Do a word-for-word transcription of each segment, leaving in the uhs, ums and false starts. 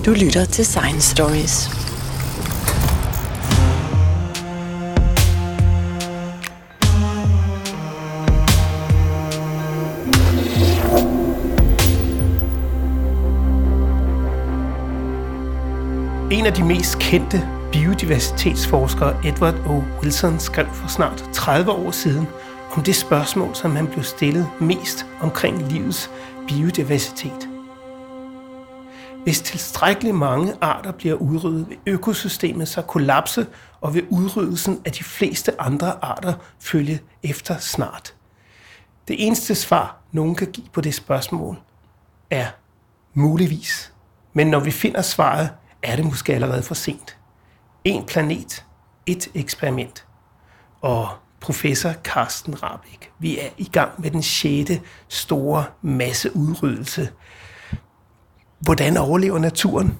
Du lytter til Science Stories. En af de mest kendte biodiversitetsforskere, Edward O. Wilson, skrev for snart tredive år siden om det spørgsmål, som han blev stillet mest omkring livets biodiversitet. Hvis tilstrækkeligt mange arter bliver udryddet, vil økosystemet så kollapse, og vil udryddelsen af de fleste andre arter følge efter snart. Det eneste svar, nogen kan give på det spørgsmål, er muligvis. Men når vi finder svaret, er det måske allerede for sent. En planet, et eksperiment. Og professor Carsten Rahbek, vi er i gang med den sjette store masseudryddelse. Hvordan overlever naturen?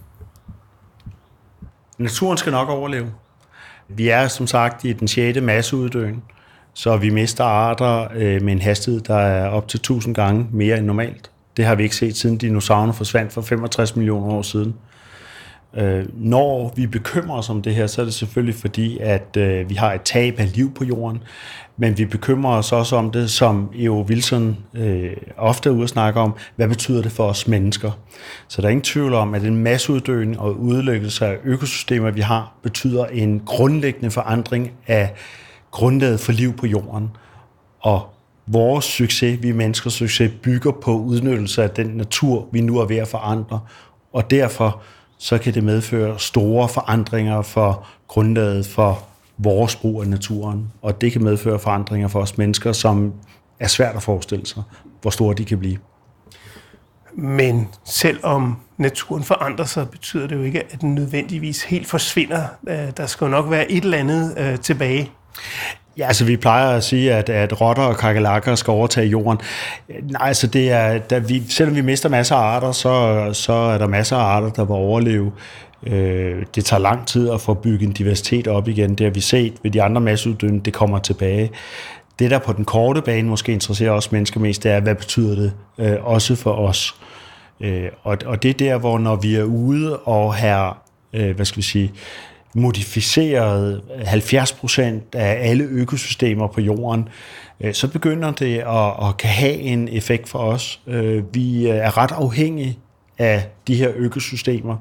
Naturen skal nok overleve. Vi er som sagt i den sjette masseuddøen, så vi mister arter med en hastighed, der er op til tusind gange mere end normalt. Det har vi ikke set siden dinosaurerne forsvandt for femogtres millioner år siden. Når vi bekymrer os om det her, så er det selvfølgelig fordi, at vi har et tab af liv på jorden, men vi bekymrer os også om det, som E O. Wilson øh, ofte er ude at snakke om, hvad betyder det for os mennesker. Så der er ingen tvivl om, at en masseuddøen og udlæggelse af økosystemer, vi har, betyder en grundlæggende forandring af grundlaget for liv på jorden. Og vores succes, vi menneskers succes, bygger på udnyttelse af den natur, vi nu er ved at forandre, og derfor så kan det medføre store forandringer for grundlaget for vores brug af naturen, og det kan medføre forandringer for os mennesker, som er svært at forestille sig, hvor store de kan blive. Men selvom naturen forandrer sig, betyder det jo ikke, at den nødvendigvis helt forsvinder. Der skal jo nok være et eller andet øh, tilbage. Ja, altså vi plejer at sige, at, at rotter og kakelakker skal overtage jorden. Nej, altså det er, da vi, selvom vi mister masser af arter, så, så er der masser af arter, der vil overleve. Øh, det tager lang tid at få bygget en diversitet op igen. Det har vi set ved de andre masseuddøen, det kommer tilbage. Det, der på den korte bane måske interesserer os mennesker mest, det er, hvad betyder det øh, også for os? Øh, og, og det er der, hvor når vi er ude og har, øh, hvad skal vi sige, modificeret halvfjerds procent af alle økosystemer på jorden, så begynder det at, at kan have en effekt for os. Vi er ret afhængige af de her økosystemer.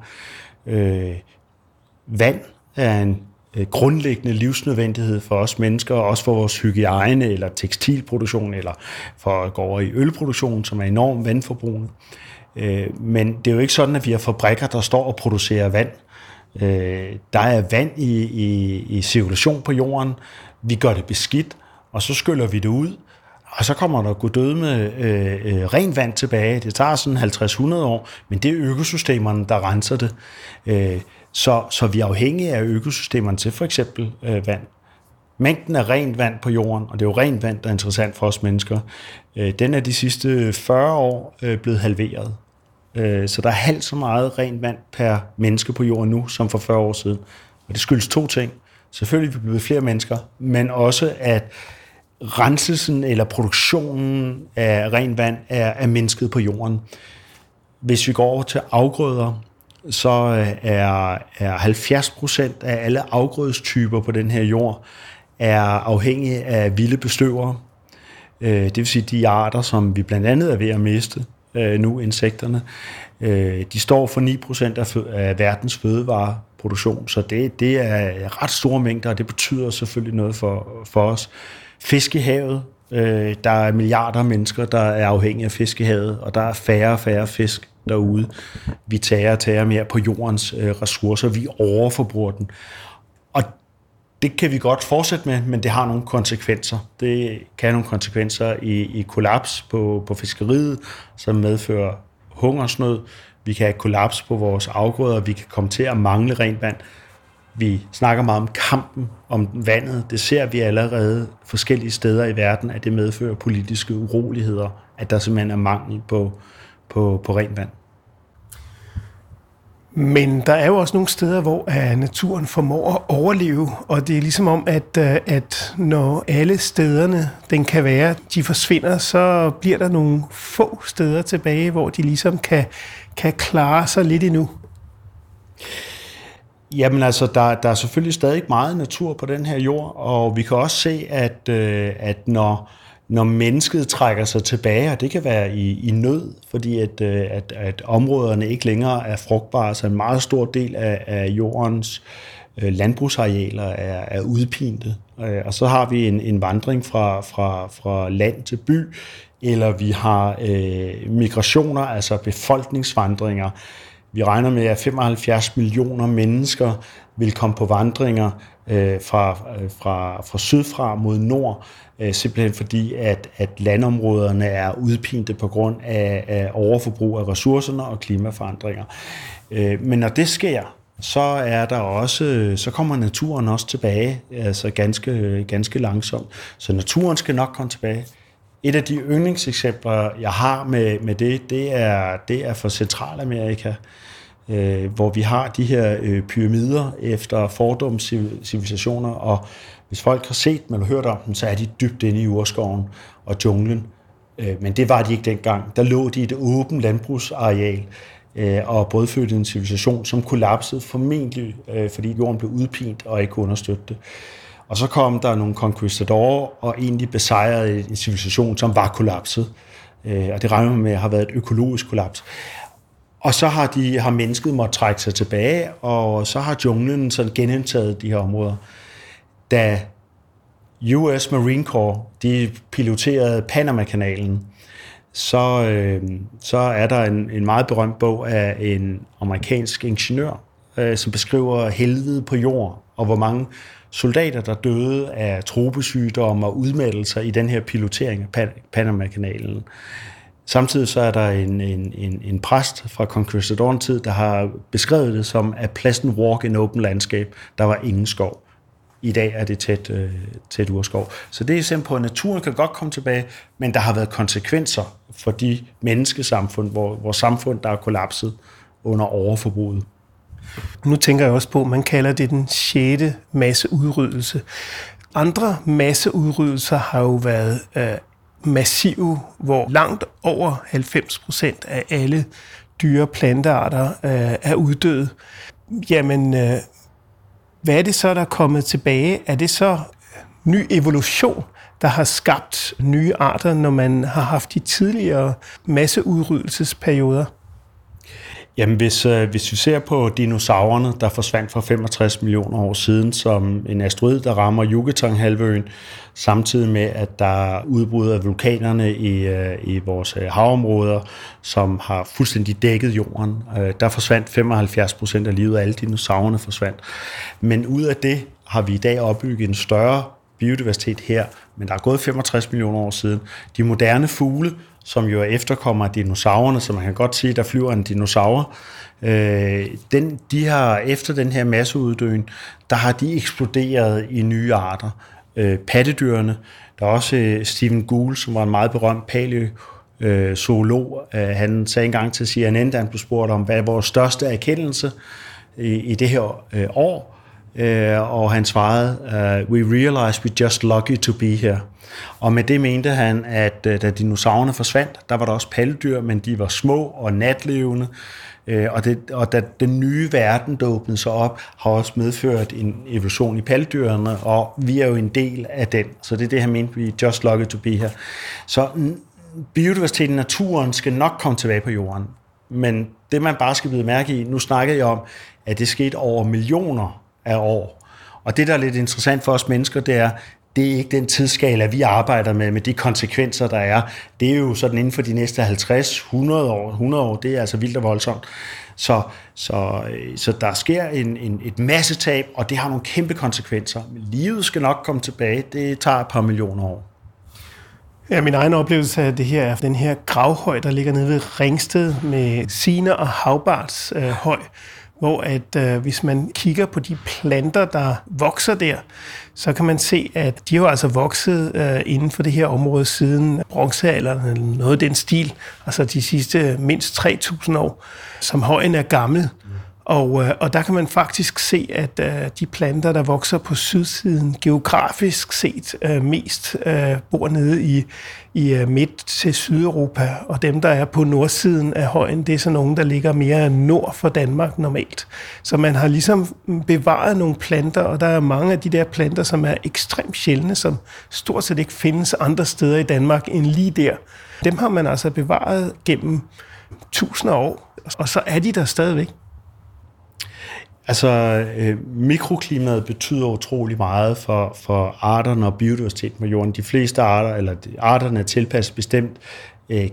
Vand er en grundlæggende livsnødvendighed for os mennesker, også for vores hygiejne eller tekstilproduktion, eller for at gå over i ølproduktion, som er enormt vandforbrugende. Men det er jo ikke sådan, at vi har fabrikker, der står og producerer vand. Der er vand i, i, i cirkulation på jorden, vi gør det beskidt, og så skyller vi det ud, og så kommer der gud med øh, rent vand tilbage. Det tager sådan halvtreds til hundrede år, men det er økosystemerne, der renser det. Øh, så, så vi er afhængige af økosystemerne til for eksempel øh, vand. Mængden af rent vand på jorden, og det er jo rent vand, der er interessant for os mennesker, øh, den er de sidste fyrre år øh, blevet halveret. Så der er halvt så meget rent vand per menneske på jorden nu, som for fyrre år siden. Og det skyldes to ting. Selvfølgelig, vi bliver flere mennesker, men også, at renselsen eller produktionen af rent vand er, er mindsket på jorden. Hvis vi går over til afgrøder, så er, er halvfjerds procent af alle afgrødestyper på den her jord er afhængige af vilde bestøvere. Det vil sige de arter, som vi blandt andet er ved at miste nu, insekterne. De står for ni procent af, af verdens fødevareproduktion, så det, det er ret store mængder, og det betyder selvfølgelig noget for, for os. Fisk i havet, der er milliarder af mennesker, der er afhængige af fisk i havet, og der er færre og færre fisk derude. Vi tager og tager mere på jordens ressourcer, vi overforbruger den. Og det kan vi godt fortsætte med, men det har nogle konsekvenser. Det kan have nogle konsekvenser i, i kollaps på, på fiskeriet, som medfører hungersnød. Vi kan have kollaps på vores afgrøder, vi kan komme til at mangle rent vand. Vi snakker meget om kampen om vandet. Det ser vi allerede forskellige steder i verden, at det medfører politiske uroligheder, at der simpelthen er mangel på, på, på rent vand. Men der er jo også nogle steder, hvor naturen formår at overleve, og det er ligesom om, at, at når alle stederne, den kan være, de forsvinder, så bliver der nogle få steder tilbage, hvor de ligesom kan, kan klare sig lidt endnu. Jamen altså, der, der er selvfølgelig stadig meget natur på den her jord, og vi kan også se, at, øh, at når, når mennesket trækker sig tilbage, og det kan være i, i nød, fordi at, øh, at, at områderne ikke længere er frugtbare, så en meget stor del af, af jordens øh, landbrugsarealer er, er udpinte. Øh, og så har vi en, en vandring fra, fra, fra land til by, eller vi har øh, migrationer, altså befolkningsvandringer. Vi regner med, at femoghalvfjerds millioner mennesker vil komme på vandringer øh, fra, øh, fra, fra sydfra mod nord, øh, simpelthen fordi, at, at landområderne er udpinte på grund af, af overforbrug af ressourcerne og klimaforandringer. Øh, men når det sker, så er der også, så kommer naturen også tilbage, altså ganske, ganske langsomt. Så naturen skal nok komme tilbage. Et af de yndlingseksempler, jeg har med, med det, det er, det er fra Centralamerika, øh, hvor vi har de her øh, pyramider efter fordomscivilisationer, og hvis folk har set dem eller hørt om dem, så er de dybt inde i urskoven og junglen. Øh, men det var de ikke dengang. Der lå de i et åbent landbrugsareal, øh, og brødfødte en civilisation, som kollapsede formentlig, øh, fordi jorden blev udpint og ikke kunne understøtte det. Og så kom der nogle conquistadorer og egentlig besejrede en civilisation, som var kollapset. Og det regner man med har været et økologisk kollaps. Og så har, de, har mennesket måttet trække sig tilbage, og så har junglen sådan genindtaget de her områder. Da U S Marine Corps de piloterede Panama-kanalen, så, øh, så er der en, en meget berømt bog af en amerikansk ingeniør, øh, som beskriver helvede på jord, og hvor mange soldater, der døde af tropesygdomme og udmattelser i den her pilotering af Panama-kanalen. Samtidig så er der en, en, en, en præst fra Conquistadorens tid, der har beskrevet det som a pleasant walk in open landskab. Der var ingen skov. I dag er det tæt, øh, tæt urskov. Så det er simpelthen på, at naturen kan godt komme tilbage, men der har været konsekvenser for de menneskesamfund, hvor, hvor samfund, der er kollapset under overforbruget. Nu tænker jeg også på, at man kalder det den sjette masseudryddelse. Andre masseudryddelser har jo været øh, massive, hvor langt over halvfems procent af alle dyre- og plantearter øh, er uddøde. Jamen, øh, hvad er det så, der er kommet tilbage? Er det så ny evolution, der har skabt nye arter, når man har haft de tidligere masseudryddelsesperioder? Jamen, hvis, øh, hvis vi ser på dinosaurerne, der forsvandt for femogtres millioner år siden, som en asteroid, der rammer Yucatan-halvøen, samtidig med, at der er udbrud af vulkanerne i, øh, i vores øh, havområder, som har fuldstændig dækket jorden. Øh, der forsvandt femoghalvfjerds procent af livet, af alle dinosaurerne forsvandt. Men ud af det har vi i dag opbygget en større biodiversitet her, men der er gået femogtres millioner år siden. De moderne fugle, som jo er efterkommer af dinosaurerne, så man kan godt sige, at der flyver en dinosaur. Øh, den, de har efter den her masseuddøen, der har de eksploderet i nye arter. Øh, pattedyrene, der er også øh, Stephen Gould, som var en meget berømt palæozoolog. Øh, han sagde engang til C N N, da han blev spurgt om, hvad er vores største erkendelse i, i det her øh, år, øh, og han svarede, uh, we realize we're just lucky to be here. Og med det mente han, at da dinosaurerne forsvandt, der var der også pattedyr, men de var små og natlevende, og, det, og da den nye verden, der åbnede sig op, har også medført en evolution i pattedyrene, og vi er jo en del af den. Så det er det, han mente, we just lucky to be here. Så biodiversiteten, naturen, skal nok komme tilbage på jorden. Men det, man bare skal bide mærke i, nu snakkede jeg om, at det skete over millioner af år. Og det, der er lidt interessant for os mennesker, det er, det er ikke den tidsskala, vi arbejder med, med de konsekvenser, der er. Det er jo sådan inden for de næste halvtreds, hundrede år, hundrede år, det er altså vildt og voldsomt. Så, så, så der sker en, en, et masse tab, og det har nogle kæmpe konsekvenser. Men livet skal nok komme tilbage, det tager et par millioner år. Ja, min egen oplevelse af det her er den her gravhøj, der ligger nede ved Ringsted med Sine og Havbards øh, høj, hvor at øh, hvis man kigger på de planter, der vokser der, så kan man se, at de har altså vokset øh, inden for det her område siden bronzealderen, eller noget af den stil, altså de sidste mindst tre tusind år, som højen er gammel. Og, øh, og der kan man faktisk se, at øh, de planter, der vokser på sydsiden, geografisk set øh, mest øh, bor nede i, i øh, midt til Sydeuropa, og dem, der er på nordsiden af højen, det er så nogen, der ligger mere nord for Danmark normalt. Så man har ligesom bevaret nogle planter, og der er mange af de der planter, som er ekstremt sjældne, som stort set ikke findes andre steder i Danmark end lige der. Dem har man altså bevaret gennem tusinder af år, og så er de der stadigvæk. Altså, øh, mikroklimaet betyder utrolig meget for, for arterne og biodiversiteten på jorden. De fleste arter, eller de, arterne er tilpasset bestemt øh,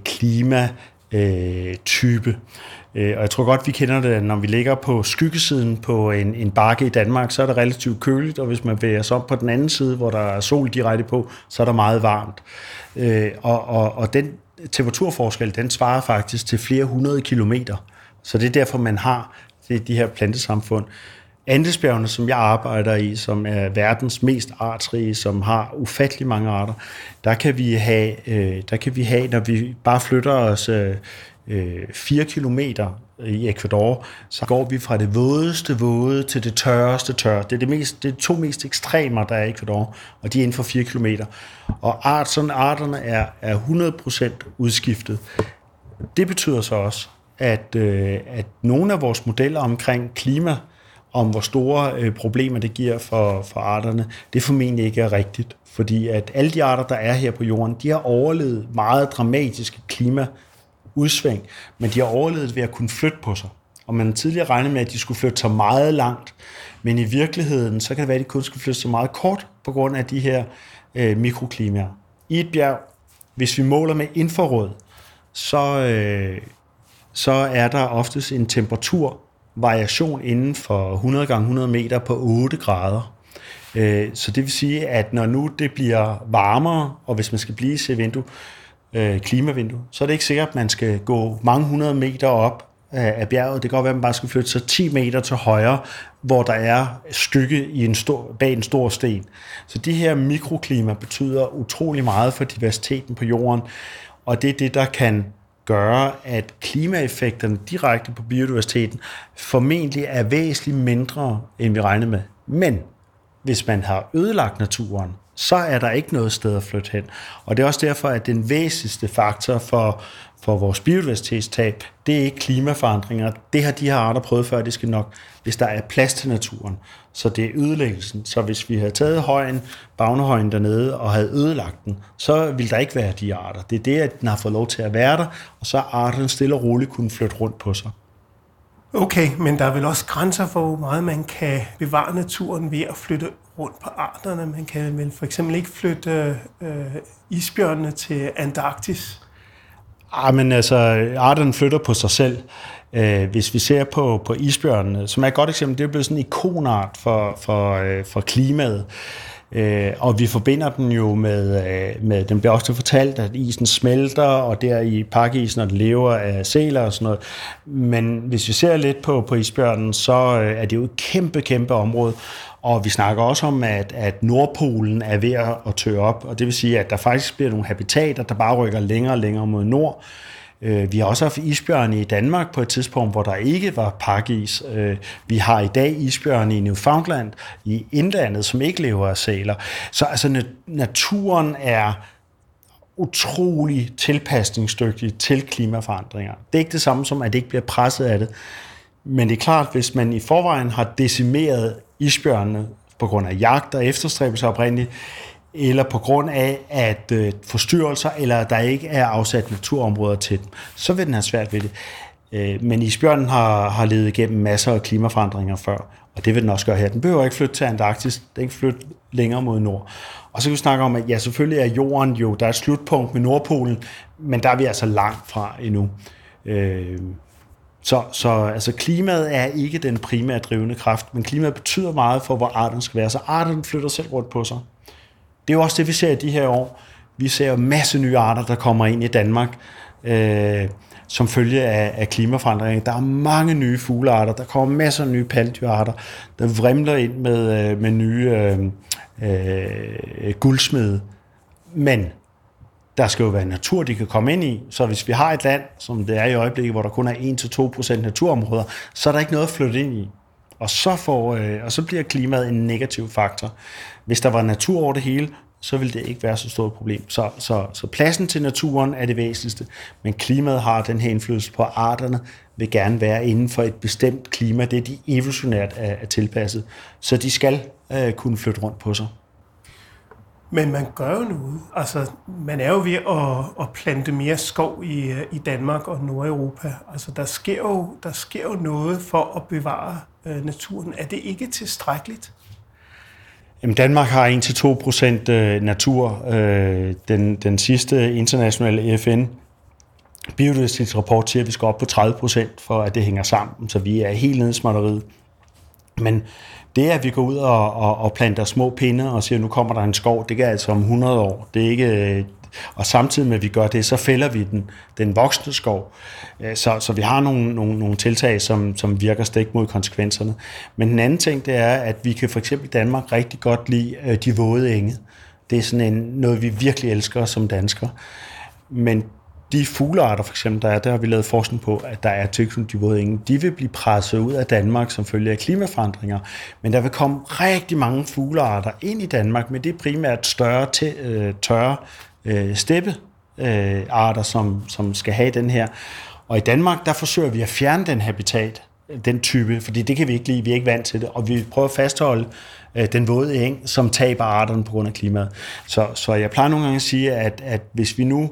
klimatype. Øh, og jeg tror godt, vi kender det, når vi ligger på skyggesiden på en, en bakke i Danmark, så er det relativt køligt, og hvis man bevæger sig op på den anden side, hvor der er sol direkte på, så er der meget varmt. Øh, og, og, og den temperaturforskel, den svarer faktisk til flere hundrede kilometer. Så det er derfor, man har det de her plantesamfund. Andesbjergene, som jeg arbejder i, som er verdens mest artsrige, som har ufattelig mange arter, der kan vi have, øh, der kan vi have når vi bare flytter os øh, fire kilometer i Ecuador, så går vi fra det vådeste våde til det tørreste tørre. Det er det, mest, det er to mest ekstremer, der er i Ecuador, og de er inden for fire kilometer. Og art, sådan arterne er, er hundrede procent udskiftet. Det betyder så også, At, øh, at nogle af vores modeller omkring klima, om hvor store øh, problemer det giver for, for arterne, det formentlig ikke er rigtigt. Fordi at alle de arter, der er her på jorden, de har overlevet meget dramatiske klimaudsving, men de har overlevet ved at kunne flytte på sig. Og man tidligere regnede med, at de skulle flytte sig meget langt, men i virkeligheden, så kan det være, at de kun skulle flytte sig meget kort på grund af de her øh, mikroklimaer. I et bjerg, hvis vi måler med infrarød, så... Øh, så er der oftest en temperaturvariation inden for hundrede gange hundrede meter på otte grader. Så det vil sige, at når nu det bliver varmere, og hvis man skal blive i sit vindue, klimavindue, så er det ikke sikkert, at man skal gå mange hundrede meter op af bjerget. Det kan godt være, at man bare skal flytte sig ti meter til højre, hvor der er skygge i en stor, bag en stor sten. Så de her mikroklima betyder utrolig meget for diversiteten på jorden, og det er det, der kan gøre, at klimaeffekterne direkte på biodiversiteten formentlig er væsentligt mindre, end vi regner med. Men hvis man har ødelagt naturen, så er der ikke noget sted at flytte hen. Og det er også derfor, at den væsentligste faktor for, for vores biodiversitetstab, det er ikke klimaforandringer. Det har de her arter prøvet før, det skal nok, hvis der er plads til naturen. Så det er ødelæggelsen. Så hvis vi havde taget højen, Bagnehøjen dernede, og havde ødelagt den, så ville der ikke være de arter. Det er det, at den har fået lov til at være der, og så er arten stille og roligt kunne flytte rundt på sig. Okay, men der er vel også grænser for, hvor meget man kan bevare naturen ved at flytte rundt på arterne. Man kan vel for eksempel ikke flytte øh, isbjørnene til Antarktis. Ah, men altså, arterne flytter på sig selv. Hvis vi ser på, på isbjørnene, som er et godt eksempel, det er blevet sådan en ikonart for, for, for klimaet. Og vi forbinder den jo med, med, den bliver også fortalt, at isen smelter, og der i pakkeisen, og den lever af sæler og sådan noget. Men hvis vi ser lidt på, på isbjørnen, så er det jo et kæmpe, kæmpe område. Og vi snakker også om, at, at Nordpolen er ved at tørre op, og det vil sige, at der faktisk bliver nogle habitater, der bare rykker længere og længere mod nord. Vi har også haft isbjørne i Danmark på et tidspunkt, hvor der ikke var pakkeis. Vi har i dag isbjørne i Newfoundland, i indlandet, som ikke lever af sæler. Så altså, naturen er utrolig tilpasningsdygtig til klimaforandringer. Det er ikke det samme som, at det ikke bliver presset af det. Men det er klart, hvis man i forvejen har decimeret isbjørnene på grund af jagt og efterstræbelse oprindeligt, eller på grund af at øh, forstyrrelser, eller at der ikke er afsat naturområder til dem, så vil den have svært ved det. Øh, men isbjørnen har, har levet igennem masser af klimaforandringer før, og det vil den også gøre her. Den behøver ikke flytte til Antarktis, den kan flytte længere mod nord. Og så kan vi snakke om, at ja, selvfølgelig er jorden jo, der er et slutpunkt med Nordpolen, men der er vi altså langt fra endnu. Øh, Så, så altså, klimaet er ikke den primære drivende kraft, men klimaet betyder meget for, hvor arten skal være. Så arten flytter selv rundt på sig. Det er jo også det, vi ser i de her år. Vi ser jo masse nye arter, der kommer ind i Danmark, øh, som følge af, af klimaforandringer. Der er mange nye fuglearter, der kommer masser af nye palddyrarter, der vrimler ind med, med nye øh, øh, guldsmede. Men der skal jo være natur, de kan komme ind i. Så hvis vi har et land, som det er i øjeblikket, hvor der kun er en til to procent naturområder, så er der ikke noget at flytte ind i. Og så, får, øh, og så bliver klimaet en negativ faktor. Hvis der var natur over det hele, så ville det ikke være så stort problem. Så, så, så pladsen til naturen er det væsentligste, men klimaet har den her indflydelse på, arterne vil gerne være inden for et bestemt klima. Det er de evolutionært er, er tilpasset, så de skal øh, kunne flytte rundt på sig. Men man gør jo noget. Altså, man er jo ved at, at plante mere skov i, i Danmark og Nordeuropa. Altså, der sker jo, der sker jo noget for at bevare øh, naturen. Er det ikke tilstrækkeligt? Jamen, Danmark har en til to procent natur. Den, den sidste internationale F N biodiversitetsrapport siger, at vi skal op på tredive procent, for at det hænger sammen, så vi er helt nede i småtteriet. Men det, at vi går ud og, og, og planter små pinde og siger, at nu kommer der en skov, det gør altså om hundrede år. Det er ikke, og samtidig med, at vi gør det, så fælder vi den, den voksne skov. Så, så vi har nogle, nogle, nogle tiltag, som, som virker stik mod konsekvenserne. Men den anden ting, det er, at vi kan for eksempel i Danmark rigtig godt lide de våde enge. Det er sådan en, noget, vi virkelig elsker som danskere. Men de fuglearter, for eksempel, der er, der har vi lavet forskning på, at der er tilknyttet de våde enge. De vil blive presset ud af Danmark som følge af klimaforandringer. Men der vil komme rigtig mange fuglearter ind i Danmark, men det er primært større til, øh, tørre øh, steppearter, øh, som, som skal have den her. Og i Danmark, der forsøger vi at fjerne den habitat, den type, fordi det kan vi ikke lide, vi er ikke vant til det, og vi prøver at fastholde øh, den våde eng, som taber arterne på grund af klimaet. Så, så jeg plejer nogle gange at sige, at, at hvis vi nu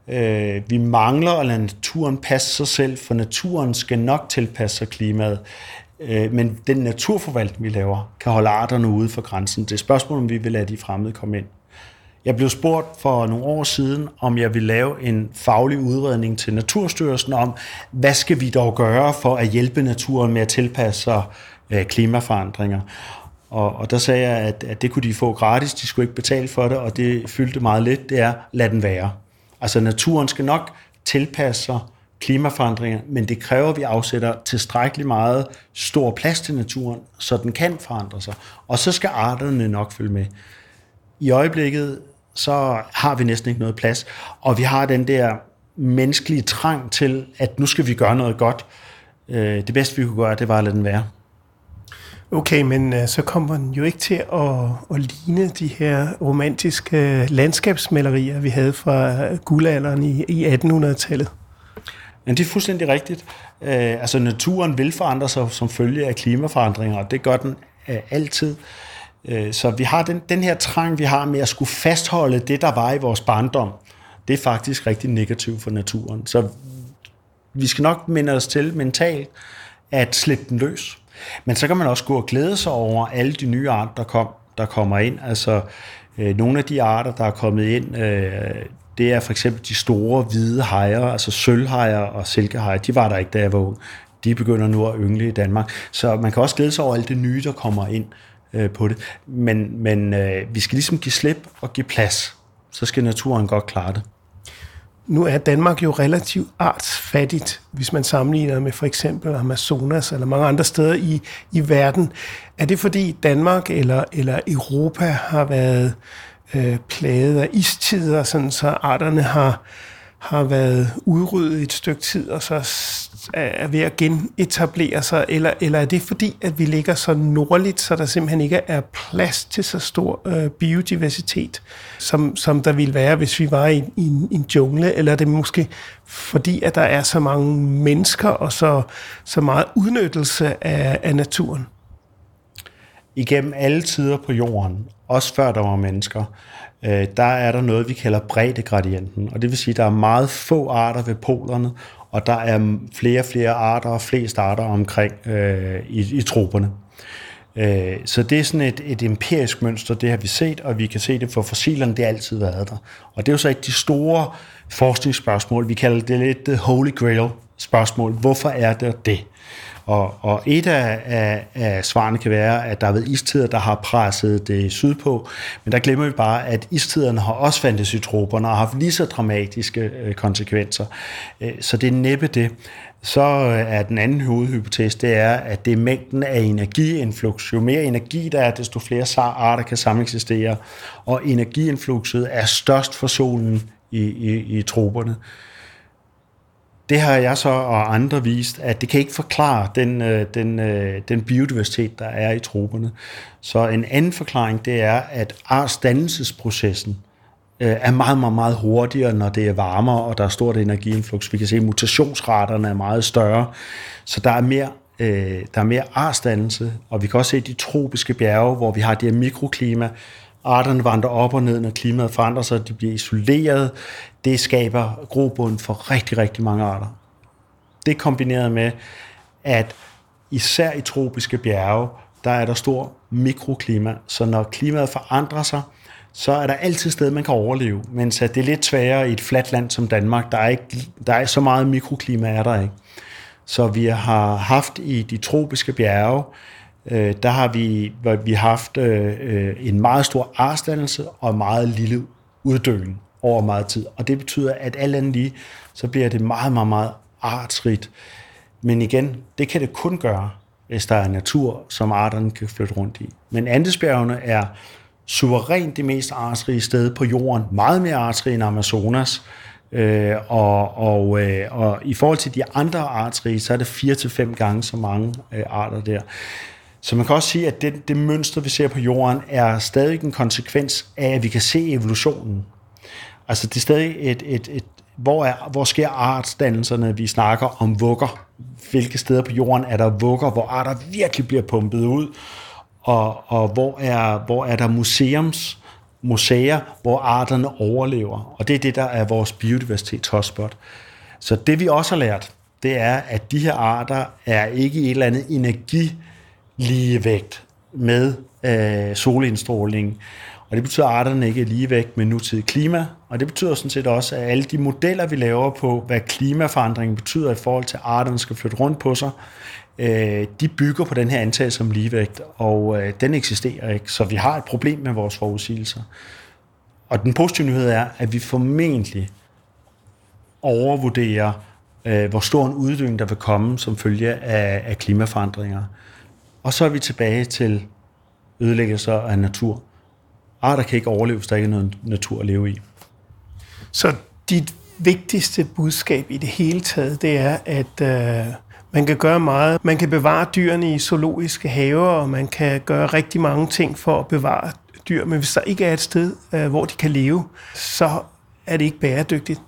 øh, vi mangler at lade naturen passe sig selv, for naturen skal nok tilpasse sig klimaet, øh, men den naturforvaltning, vi laver, kan holde arterne ude for grænsen. Det er spørgsmål, om vi vil lade de fremmede komme ind. Jeg blev spurgt for nogle år siden, om jeg ville lave en faglig udredning til Naturstyrelsen om, hvad skal vi dog gøre for at hjælpe naturen med at tilpasse sig øh, klimaforandringer. Og, og der sagde jeg, at, at det kunne de få gratis, de skulle ikke betale for det, og det fyldte meget lidt, det er, lad den være. Altså naturen skal nok tilpasse sig klimaforandringer, men det kræver, at vi afsætter tilstrækkeligt meget stor plads til naturen, så den kan forandre sig. Og så skal arterne nok følge med. I øjeblikket, så har vi næsten ikke noget plads, og vi har den der menneskelige trang til, at nu skal vi gøre noget godt. Det bedste, vi kunne gøre, det var at lade den være. Okay, men uh, så kommer den jo ikke til at, at ligne de her romantiske landskabsmalerier, vi havde fra guldalderen i, i attenhundredetallet. Men det er fuldstændig rigtigt. Uh, altså naturen vil forandre sig som følge af klimaforandringer, og det gør den uh, altid. Uh, så vi har den, den her trang, vi har med at skulle fastholde det, der var i vores barndom. Det er faktisk rigtig negativt for naturen. Så vi skal nok minde os til mentalt at slippe den løs. Men så kan man også gå og glæde sig over alle de nye arter, der, kom, der kommer ind. Altså, øh, nogle af de arter, der er kommet ind, øh, det er for eksempel de store hvide hajer, altså sølvhajer og silkehajer. De var der ikke, da jeg var ung. De begynder nu at yngle i Danmark. Så man kan også glæde sig over alt det nye, der kommer ind øh, på det. Men, men øh, vi skal ligesom give slip og give plads. Så skal naturen godt klare det. Nu er Danmark jo relativt artsfattigt, hvis man sammenligner med for eksempel Amazonas eller mange andre steder i, i verden. Er det fordi Danmark eller, eller Europa har været øh, plaget af istider, sådan så arterne har, har været udryddet et stykke tid og så er ved at genetablere sig? Eller, eller er det fordi, at vi ligger så nordligt, så der simpelthen ikke er plads til så stor øh, biodiversitet, som, som der ville være, hvis vi var i, i, en, i en jungle? Eller er det måske fordi, at der er så mange mennesker og så, så meget udnyttelse af, af naturen? Igennem alle tider på jorden, også før der var mennesker, øh, der er der noget, vi kalder breddegradienten. Og det vil sige, at der er meget få arter ved polerne, og der er flere og flere arter og flest arter omkring øh, i, i troperne. Øh, så det er sådan et, et empirisk mønster, det har vi set, og vi kan se det for fossilerne, det har altid været der. Og det er jo så ikke de store forskningsspørgsmål, vi kalder det lidt the holy grail spørgsmål. Hvorfor er det det? Og, og et af, af, af svarene kan være, at der har været istider, der har presset det sydpå, men der glemmer vi bare, at istiderne har også fandtes i troperne og har haft lige så dramatiske øh, konsekvenser. Øh, så det er næppe det. Så er den anden hovedhypotese, det er, at det er mængden af energiinflux. Jo mere energi der er, desto flere arter kan sameksistere, og energiinfluxet er størst for solen i, i, i troperne. Det har jeg så og andre vist, at det kan ikke forklare den, den, den biodiversitet, der er i troperne. Så en anden forklaring, det er, at artsdannelsesprocessen er meget, meget, meget hurtigere, når det er varmere, og der er stort energiinflux. Vi kan se, at mutationsraterne er meget større, så der er mere, øh, der er mere artsdannelse, og vi kan også se de tropiske bjerge, hvor vi har det her mikroklima. Arterne vandrer op og ned, når klimaet forandrer sig, de bliver isoleret. Det skaber grobund for rigtig, rigtig mange arter. Det er kombineret med, at især i tropiske bjerge, der er der stor mikroklima, så når klimaet forandrer sig, så er der altid sted, man kan overleve, mens det er lidt sværere i et fladt land som Danmark. Der er, ikke, der er så meget mikroklima, er der ikke. Så vi har haft i de tropiske bjerge, øh, der har vi, vi haft øh, en meget stor artsdannelse og en meget lille uddøen over meget tid. Og det betyder, at alt andet lige, så bliver det meget, meget, meget artsrigt. Men igen, det kan det kun gøre, hvis der er natur, som arterne kan flytte rundt i. Men Andesbjergene er suverænt det mest artsrige sted på jorden, meget mere artsrige end Amazonas, øh, og, og, øh, og i forhold til de andre artsrige, så er det fire til fem gange så mange øh, arter der. Så man kan også sige, at det, det mønster, vi ser på jorden, er stadig en konsekvens af, at vi kan se evolutionen. Altså det er stadig et, et, et hvor, er, hvor sker artsdannelserne, vi snakker om vugger. Hvilke steder på jorden er der vugger, hvor arter virkelig bliver pumpet ud, og, og hvor, er, hvor er der museums, museer, hvor arterne overlever. Og det er det, der er vores biodiversitetshotspot. Så det vi også har lært, det er, at de her arter er ikke i et eller andet energiligevægt med øh, solindstråling. Og det betyder, at arterne ikke er ligevægt med nutidig klima. Og det betyder sådan set også, at alle de modeller, vi laver på, hvad klimaforandringen betyder i forhold til, at arterne skal flytte rundt på sig, de bygger på den her antagelse om ligevægt, og den eksisterer ikke, så vi har et problem med vores forudsigelser. Og den positive nyhed er, at vi formentlig overvurderer, hvor stor en uddøen der vil komme som følge af, af klimaforandringer. Og så er vi tilbage til ødelæggelser af natur. Arter kan ikke overleve, hvis der ikke er noget natur at leve i. Så dit vigtigste budskab i det hele taget, det er, at øh man kan gøre meget. Man kan bevare dyrene i zoologiske haver, og man kan gøre rigtig mange ting for at bevare dyr. Men hvis der ikke er et sted, hvor de kan leve, så er det ikke bæredygtigt.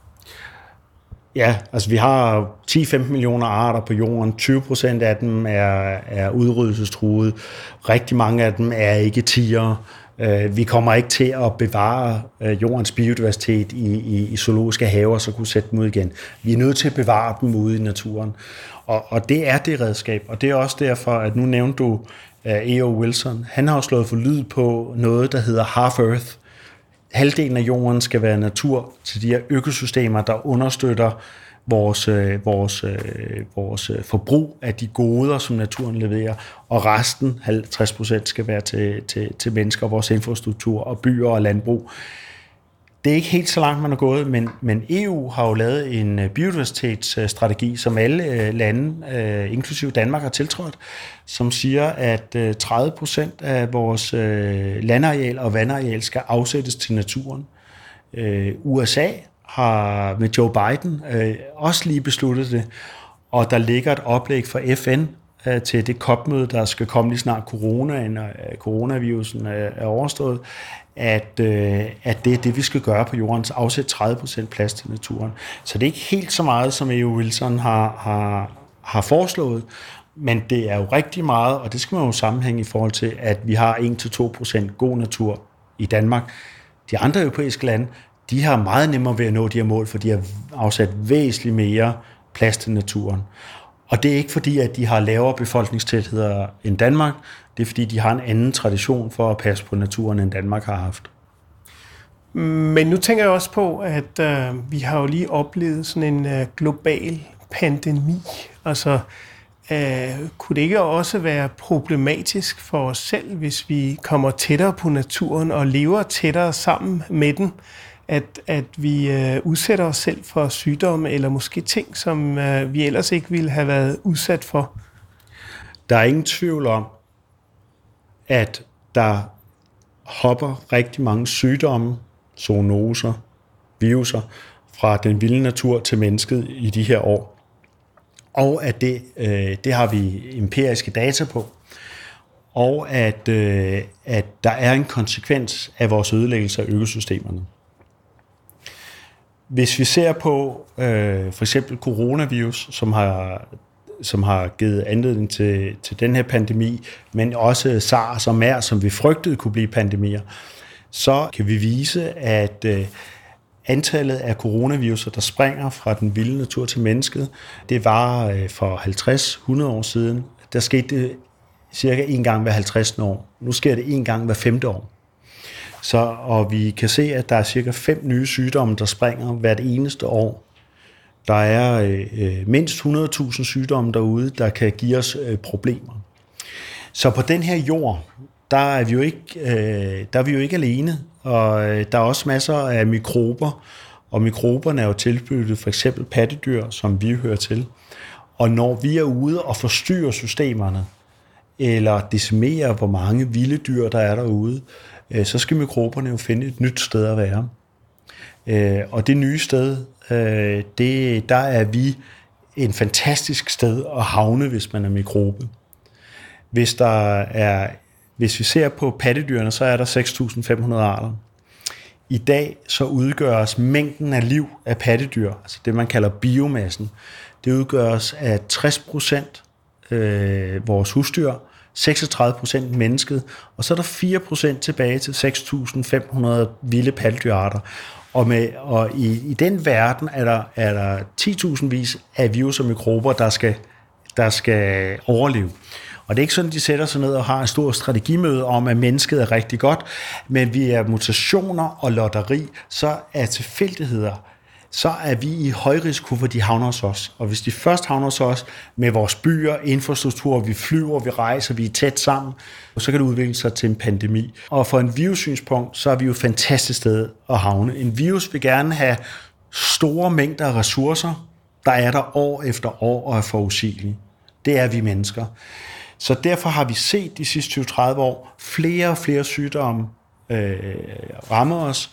Ja, altså vi har ti til femten millioner arter på jorden. tyve procent af dem er, er udryddelsestruede. Rigtig mange af dem er ikke tigre. Vi kommer ikke til at bevare jordens biodiversitet i, i, i zoologiske haver, så kunne sætte dem ud igen. Vi er nødt til at bevare dem ude i naturen. Og, og det er det redskab, og det er også derfor, at nu nævnte du E O Wilson. Han har jo slået for lyd på noget, der hedder Half Earth. Halvdelen af jorden skal være natur til de her økosystemer, der understøtter vores, vores, vores forbrug af de goder, som naturen leverer, og resten, halvtreds procent, skal være til, til, til mennesker, vores infrastruktur og byer og landbrug. Det er ikke helt så langt, man er gået, men, men E U har jo lavet en biodiversitetsstrategi, som alle lande, inklusive Danmark, har tiltrådt, som siger, at tredive procent af vores landareal og vandareal skal afsættes til naturen. U S A har med Joe Biden også lige besluttet det, og der ligger et oplæg fra F N til det C O P-møde, der skal komme lige snart coronaen og coronavirusen er overstået, at, at det er det, vi skal gøre på jorden, så afsætte tredive procent plads til naturen. Så det er ikke helt så meget, som E O Wilson har, har, har foreslået, men det er jo rigtig meget, og det skal man jo sammenhænge i forhold til, at vi har en til to procent god natur i Danmark. De andre europæiske lande, de har meget nemmere ved at nå de her mål, for de har afsat væsentligt mere plads til naturen. Og det er ikke fordi, at de har lavere befolkningstætheder end Danmark. Det er fordi, de har en anden tradition for at passe på naturen, end Danmark har haft. Men nu tænker jeg også på, at øh, vi har jo lige oplevet sådan en øh, global pandemi. Altså, øh, kunne det ikke også være problematisk for os selv, hvis vi kommer tættere på naturen og lever tættere sammen med den? At, at vi øh, udsætter os selv for sygdomme, eller måske ting, som øh, vi ellers ikke ville have været udsat for? Der er ingen tvivl om, at der hopper rigtig mange sygdomme, zoonoser, viruser fra den vilde natur til mennesket i de her år. Og at det, øh, det har vi empiriske data på, og at, øh, at der er en konsekvens af vores ødelæggelse af økosystemerne. Hvis vi ser på øh, for eksempel coronavirus, som har, som har givet anledning til, til den her pandemi, men også SARS og MERS, som vi frygtede kunne blive pandemier, så kan vi vise, at øh, antallet af coronaviruser, der springer fra den vilde natur til mennesket, det var øh, for halvtreds til hundrede år siden. Der skete det cirka en gang hver halvtreds år. Nu sker det en gang hver femte år. Så, og vi kan se, at der er cirka fem nye sygdomme, der springer hvert eneste år. Der er øh, mindst hundrede tusind sygdomme derude, der kan give os øh, problemer. Så på den her jord, der er vi jo ikke, øh, der er vi jo ikke alene, og øh, der er også masser af mikrober, og mikroberne er jo tilknyttet for eksempel pattedyr, som vi hører til. Og når vi er ude og forstyrrer systemerne, eller decimerer, hvor mange vilde dyr, der er derude, øh, så skal mikroberne jo finde et nyt sted at være. Øh, og det nye sted, øh, det, der er vi en fantastisk sted at havne, hvis man er mikrobe. Hvis der er Hvis vi ser på pattedyrene, så er der seks tusind fem hundrede arter. I dag så udgøres mængden af liv af pattedyr, altså det man kalder biomassen, det udgøres af tres procent øh, vores husdyr, seksogtredive procent mennesket, og så er der fire procent tilbage til seks tusind fem hundrede vilde pattedyrarter. Og, med, og i, i den verden er der, er der ti tusind vis af virus og mikrober, der skal, der skal overleve. Og det er ikke sådan, de sætter sig ned og har en stor strategimøde om, at mennesket er rigtig godt, men vi er mutationer og lotteri, så er tilfældigheder, så er vi i høj risiko for, de havner hos os. Og hvis de først havner hos os med vores byer, infrastruktur, vi flyver, vi rejser, vi er tæt sammen, så kan det udvikle sig til en pandemi. Og for en virussynspunkt, så er vi jo et fantastisk sted at havne. En virus vil gerne have store mængder af ressourcer, der er der år efter år og er forudsigelige. Det er vi mennesker. Så derfor har vi set de sidste tyve til tredive år flere og flere sygdomme øh, rammer os,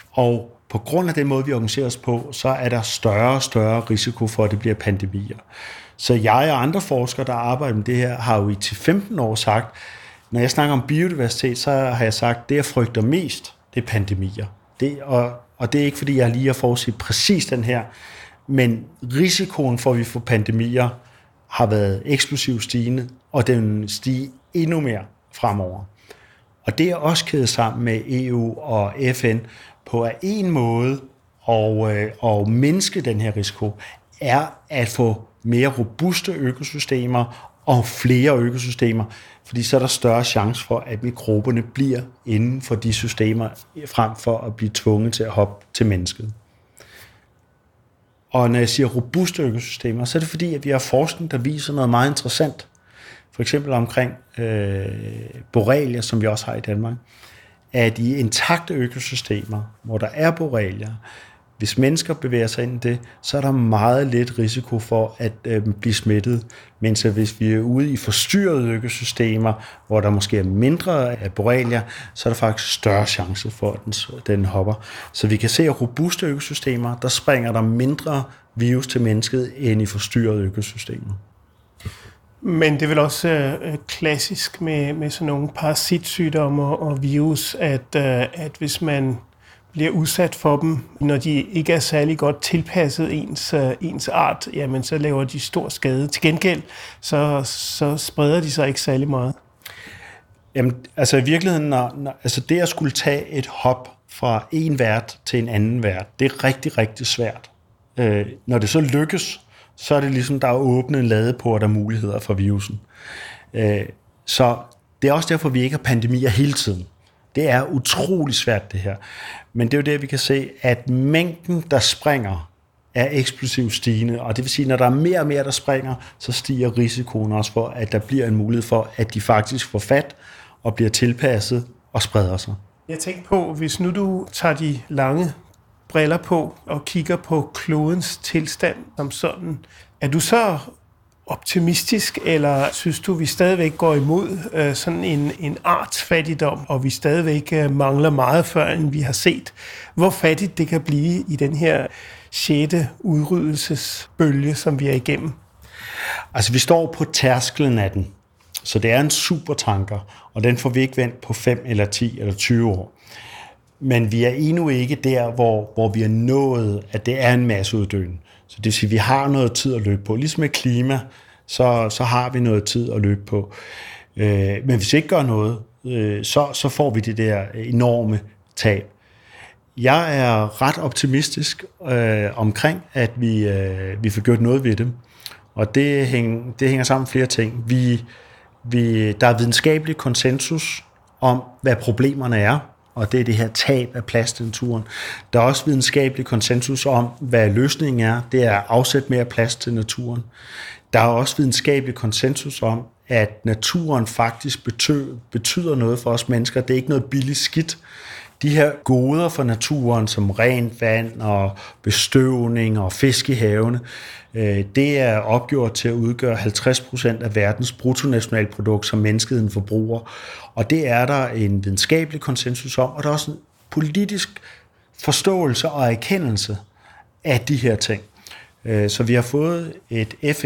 og på grund af den måde, vi organiserer os på, så er der større og større risiko for, at det bliver pandemier. Så jeg og andre forskere, der arbejder med det her, har jo i til femten år sagt, når jeg snakker om biodiversitet, så har jeg sagt, det jeg frygter mest, det er pandemier. Det, og, og det er ikke, fordi jeg lige har forudset præcis den her, men risikoen for, at vi får pandemier, har været eksplosivt stigende, og den stiger endnu mere fremover. Og det er også kædet sammen med E U og F N på at en måde at, øh, at mindske den her risiko, er at få mere robuste økosystemer og flere økosystemer, fordi så er der større chance for, at mikroberne bliver inden for de systemer, frem for at blive tvunget til at hoppe til mennesket. Og når jeg siger robuste økosystemer, så er det fordi, at vi har forskning, der viser noget meget interessant. For eksempel omkring øh, borrelia, som vi også har i Danmark. At i intakte økosystemer, hvor der er borrelia, hvis mennesker bevæger sig ind i det, så er der meget lidt risiko for at øh, blive smittet. Mens hvis vi er ude i forstyrrede økosystemer, hvor der måske er mindre af borrelia, så er der faktisk større chance for, at den, den hopper. Så vi kan se, at robuste økosystemer, der springer der mindre virus til mennesket, end i forstyrrede økosystemer. Men det er vel også øh, klassisk med, med sådan nogle parasitsygdomme og virus, at, øh, at hvis man bliver udsat for dem, når de ikke er særlig godt tilpasset ens, øh, ens art, jamen så laver de stor skade. Til gengæld, så, så spreder de sig ikke særlig meget. Jamen, altså i virkeligheden, når, når, altså det at skulle tage et hop fra en vært til en anden vært, det er rigtig, rigtig svært. Øh, når det så lykkes, så er det ligesom, der er åbnet en ladeport af muligheder for virusen. Øh, så det er også derfor, vi ikke har pandemier hele tiden. Det er utrolig svært, det her. Men det er jo det, vi kan se, at mængden, der springer, er eksplosivt stigende. Og det vil sige, når der er mere og mere, der springer, så stiger risikoen også for, at der bliver en mulighed for, at de faktisk får fat og bliver tilpasset og spreder sig. Jeg tænker på, hvis nu du tager de lange briller på og kigger på klodens tilstand som sådan, er du så optimistisk, eller synes du, vi stadigvæk går imod øh, sådan en, en artsfattigdom, og vi stadigvæk øh, mangler meget, før end vi har set, hvor fattigt det kan blive i den her sjette udryddelsesbølge, som vi er igennem? Altså, vi står på tærsklen af den, så det er en supertanker, og den får vi ikke vendt på fem eller ti eller tyve år. Men vi er endnu ikke der, hvor, hvor vi er nået, at det er en masseuddøen. Så det vil sige, at vi har noget tid at løbe på. Ligesom med klima, så, så har vi noget tid at løbe på. Øh, men hvis vi ikke gør noget, øh, så, så får vi det der enorme tab. Jeg er ret optimistisk øh, omkring, at vi, øh, vi får gjort noget ved det. Og det, hæng, det hænger sammen med flere ting. Vi, vi, der er videnskabelig konsensus om, hvad problemerne er, og det er det her tab af plads til naturen. Der er også videnskabelig konsensus om, hvad løsningen er. Det er at afsætte mere plads til naturen. Der er også videnskabelig konsensus om, at naturen faktisk betyder, betyder noget for os mennesker. Det er ikke noget billigt skidt. De her goder for naturen, som rent vand og bestøvning og fisk i havene, det er opgjort til at udgøre halvtreds procent af verdens bruttonationalprodukt, som menneskeheden forbruger. Og det er der en videnskabelig konsensus om, og der er også en politisk forståelse og erkendelse af de her ting. Så vi har fået et F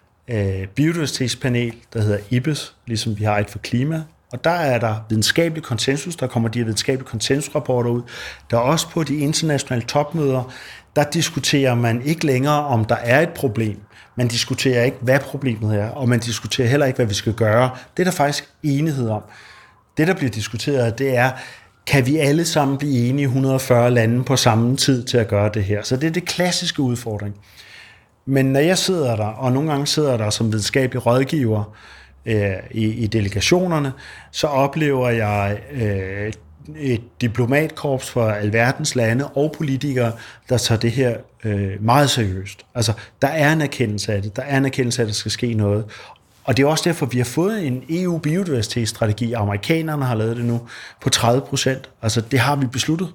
N-biodiversitetspanel, der hedder I P B E S, ligesom vi har et for klima. Og der er der videnskabelig konsensus, der kommer de her videnskabelige konsensusrapporter ud. Der er også på de internationale topmøder, der diskuterer man ikke længere, om der er et problem. Man diskuterer ikke, hvad problemet er, og man diskuterer heller ikke, hvad vi skal gøre. Det er der faktisk enighed om. Det, der bliver diskuteret, det er, kan vi alle sammen blive enige i et hundrede og fyrre lande på samme tid til at gøre det her? Så det er det klassiske udfordring. Men når jeg sidder der, og nogle gange sidder der som videnskabelig rådgiver øh, i, i delegationerne, så oplever jeg øh, et diplomatkorps fra alverdens lande og politikere, der tager det her øh, meget seriøst. Altså, der er en erkendelse af det. Der er en erkendelse af, at der skal ske noget. Og det er også derfor, vi har fået en E U-biodiversitetsstrategi. Amerikanerne har lavet det nu på tredive procent. Altså, det har vi besluttet.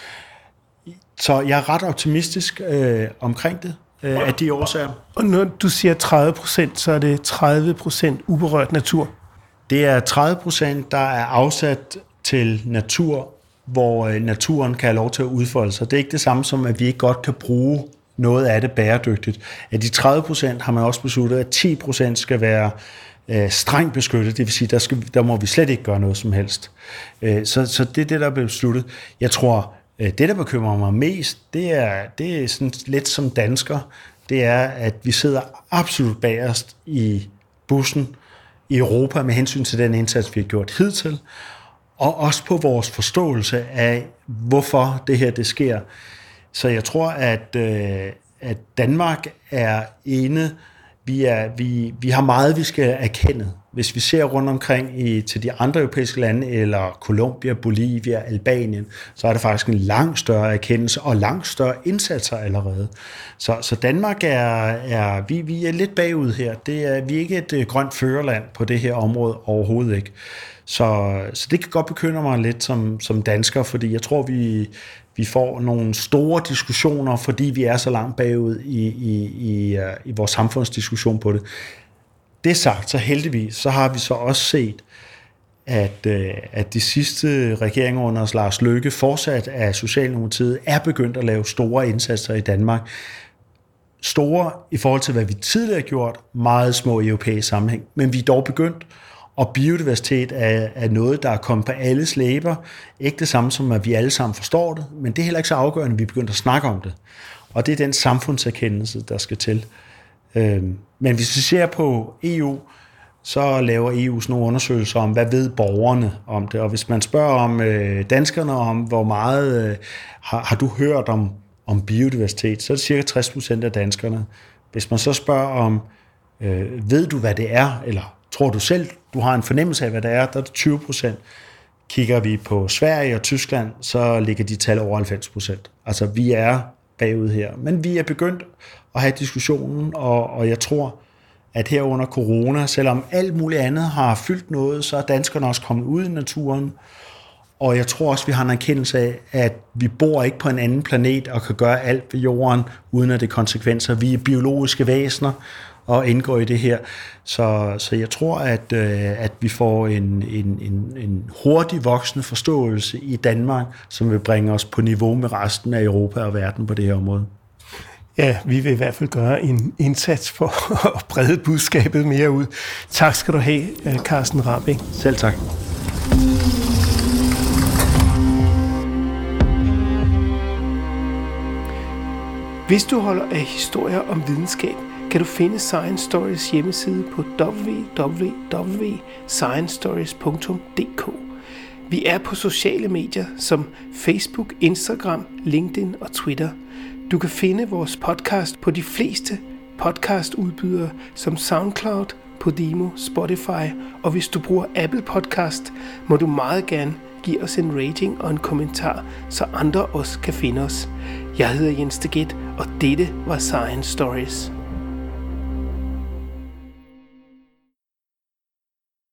Så jeg er ret optimistisk øh, omkring det, øh, af de årsager. Og når du siger tredive procent, så er det tredive procent uberørt natur? Det er tredive procent, der er afsat til natur, hvor naturen kan have lov til at udfolde sig. Det er ikke det samme som, at vi ikke godt kan bruge noget af det bæredygtigt. Af de tredive procent har man også besluttet, at ti procent skal være øh, strengt beskyttet. Det vil sige, der, skal, der må vi slet ikke gøre noget som helst. Øh, så, så det er det, der er blevet besluttet. Jeg tror, øh, det, der bekymrer mig mest, det er, det er sådan lidt som dansker, det er, at vi sidder absolut bagerst i bussen i Europa med hensyn til den indsats, vi har gjort hidtil, og også på vores forståelse af, hvorfor det her det sker. Så jeg tror, at, øh, at Danmark er ene. Vi, er, vi, vi har meget, vi skal erkende. Hvis vi ser rundt omkring i, til de andre europæiske lande, eller Colombia, Bolivia, Albanien, så er der faktisk en langt større erkendelse og langt større indsatser allerede. Så, så Danmark er, er vi, vi er lidt bagud her. Det er, vi er ikke et grønt førerland på det her område overhovedet ikke. Så, så det kan godt bekymre mig lidt som, som dansker, fordi jeg tror, vi, vi får nogle store diskussioner, fordi vi er så langt bagud i, i, i, i vores samfundsdiskussion på det. Det sagt, så heldigvis, så har vi så også set, at, at de sidste regeringer under Lars Løkke, fortsat af Socialdemokratiet, er begyndt at lave store indsatser i Danmark. Store i forhold til, hvad vi tidligere har gjort, meget små i europæisk sammenhæng, men vi er dog begyndt. Og biodiversitet er, er noget, der er kommet på alles læber. Ikke det samme som, at vi alle sammen forstår det, men det er heller ikke så afgørende, at vi begynder at snakke om det. Og det er den samfundserkendelse, der skal til. Men hvis vi ser på E U, så laver E U sådan nogle undersøgelser om, hvad ved borgerne om det. Og hvis man spørger om danskerne om, hvor meget har, har du hørt om, om biodiversitet, så er det cirka tres procent af danskerne. Hvis man så spørger om, øh, ved du, hvad det er, eller tror du selv, du har en fornemmelse af, hvad det er, der er det tyve procent. Kigger vi på Sverige og Tyskland, så ligger de tal over halvfems procent. Altså, vi er bagud her. Men vi er begyndt at have diskussionen, og, og jeg tror, at her under corona, selvom alt muligt andet har fyldt noget, så er danskerne også kommet ud i naturen. Og jeg tror også, vi har en erkendelse af, at vi bor ikke på en anden planet og kan gøre alt ved jorden, uden at det er konsekvenser. Vi er biologiske væsener, at indgå i det her. Så, så jeg tror, at, at vi får en, en, en, en hurtig voksende forståelse i Danmark, som vil bringe os på niveau med resten af Europa og verden på det her område. Ja, vi vil i hvert fald gøre en indsats for at brede budskabet mere ud. Tak skal du have, Carsten Rahbek. Selv tak. Hvis du holder af historier om videnskab, kan du finde Science Stories hjemmeside på w w w punktum science stories punktum d k. Vi er på sociale medier som Facebook, Instagram, LinkedIn og Twitter. Du kan finde vores podcast på de fleste podcastudbydere som SoundCloud, Podimo, Spotify, og hvis du bruger Apple Podcast, må du meget gerne give os en rating og en kommentar, så andre også kan finde os. Jeg hedder Jens Deget, og dette var Science Stories.